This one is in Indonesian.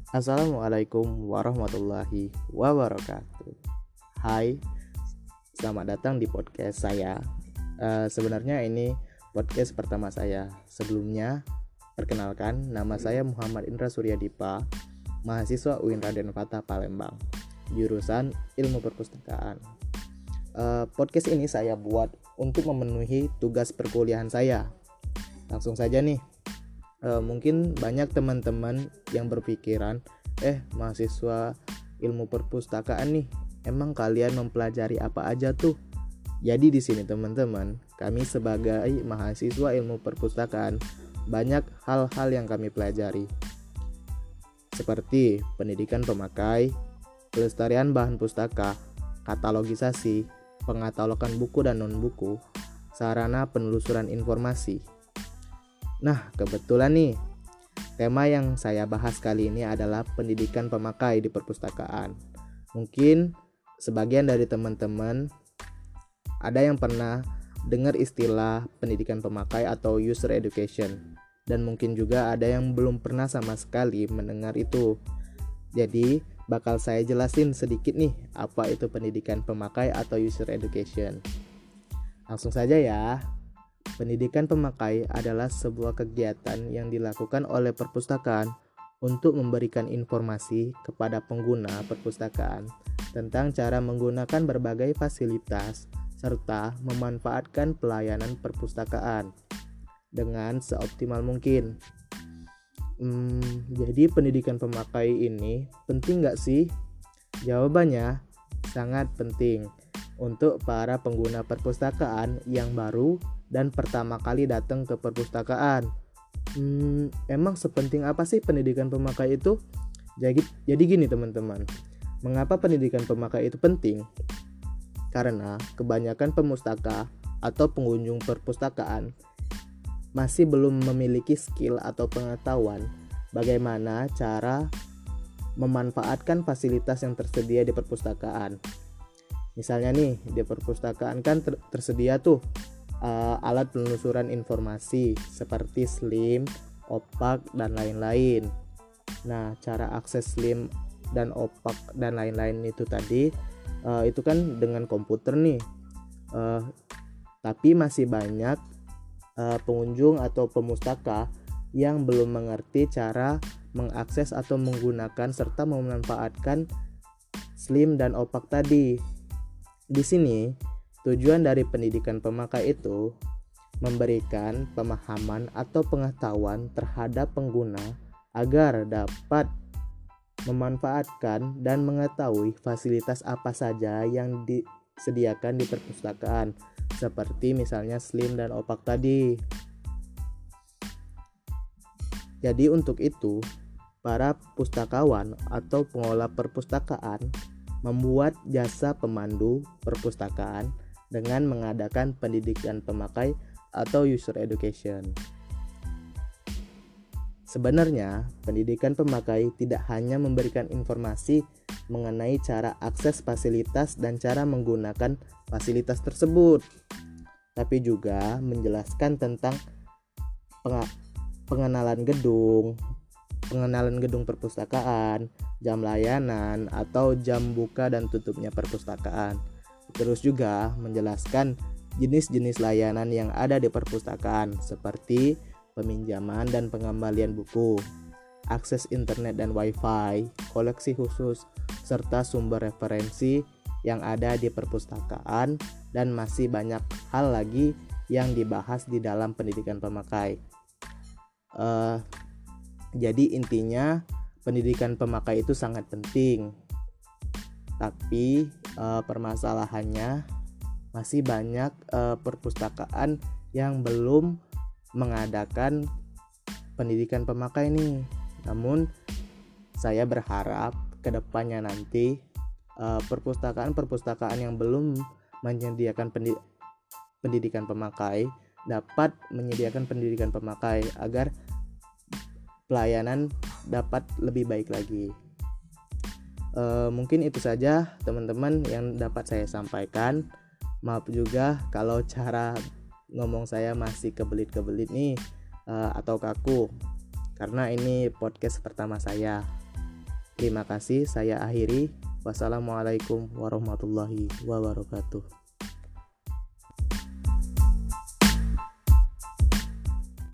Assalamualaikum warahmatullahi wabarakatuh. Hai, selamat datang di podcast saya. Sebenarnya ini podcast pertama saya. Sebelumnya, perkenalkan, nama saya Muhammad Indra Suryadipa, mahasiswa UIN Raden Fatah Palembang, jurusan Ilmu Perpustakaan. Podcast ini saya buat untuk memenuhi tugas perkuliahan saya. Langsung saja nih. Mungkin banyak teman-teman yang berpikiran, mahasiswa ilmu perpustakaan nih, emang kalian mempelajari apa aja tuh? Jadi di sini teman-teman, kami sebagai mahasiswa ilmu perpustakaan banyak hal-hal yang kami pelajari, seperti pendidikan pemakai, pelestarian bahan pustaka, katalogisasi, pengatalogan buku dan non-buku, sarana penelusuran informasi. Nah, kebetulan nih, tema yang saya bahas kali ini adalah pendidikan pemakai di perpustakaan. Mungkin sebagian dari teman-teman ada yang pernah dengar istilah pendidikan pemakai atau user education, dan mungkin juga ada yang belum pernah sama sekali mendengar itu. Jadi, bakal saya jelasin sedikit nih apa itu pendidikan pemakai atau user education. Langsung saja ya. Pendidikan pemakai adalah sebuah kegiatan yang dilakukan oleh perpustakaan untuk memberikan informasi kepada pengguna perpustakaan tentang cara menggunakan berbagai fasilitas serta memanfaatkan pelayanan perpustakaan dengan seoptimal mungkin. Jadi pendidikan pemakai ini penting nggak sih? Jawabannya sangat penting untuk para pengguna perpustakaan yang baru dan pertama kali datang ke perpustakaan. Emang sepenting apa sih pendidikan pemakai itu? Jadi gini teman-teman, mengapa pendidikan pemakai itu penting? Karena kebanyakan pemustaka atau pengunjung perpustakaan masih belum memiliki skill atau pengetahuan bagaimana cara memanfaatkan fasilitas yang tersedia di perpustakaan. Misalnya nih, di perpustakaan kan tersedia tuh alat penelusuran informasi seperti SLIM, OPAK, dan lain-lain. Nah, cara akses SLIM dan OPAK dan lain-lain itu tadi itu kan dengan komputer nih. Tapi masih banyak pengunjung atau pemustaka yang belum mengerti cara mengakses atau menggunakan serta memanfaatkan SLIM dan OPAK tadi. Di sini tujuan dari pendidikan pemakai itu memberikan pemahaman atau pengetahuan terhadap pengguna agar dapat memanfaatkan dan mengetahui fasilitas apa saja yang disediakan di perpustakaan, seperti misalnya SLIM dan OPAK tadi. Jadi untuk itu, para pustakawan atau pengelola perpustakaan membuat jasa pemandu perpustakaan dengan mengadakan pendidikan pemakai atau user education. Sebenarnya, pendidikan pemakai tidak hanya memberikan informasi mengenai cara akses fasilitas dan cara menggunakan fasilitas tersebut, tapi juga menjelaskan tentang pengenalan gedung perpustakaan, jam layanan atau jam buka dan tutupnya perpustakaan. Terus juga menjelaskan jenis-jenis layanan yang ada di perpustakaan seperti peminjaman dan pengembalian buku, akses internet dan wifi, koleksi khusus, serta sumber referensi yang ada di perpustakaan, dan masih banyak hal lagi yang dibahas di dalam pendidikan pemakai. Jadi intinya pendidikan pemakai itu sangat penting. Tapi permasalahannya masih banyak perpustakaan yang belum mengadakan pendidikan pemakai nih. Namun saya berharap kedepannya nanti perpustakaan yang belum menyediakan pendidikan pemakai dapat menyediakan pendidikan pemakai agar pelayanan dapat lebih baik lagi. Mungkin itu saja teman-teman yang dapat saya sampaikan. Maaf juga kalau cara ngomong saya masih kebelit-kebelit nih atau kaku, karena ini podcast pertama saya. Terima kasih, saya akhiri. Wassalamualaikum warahmatullahi wabarakatuh.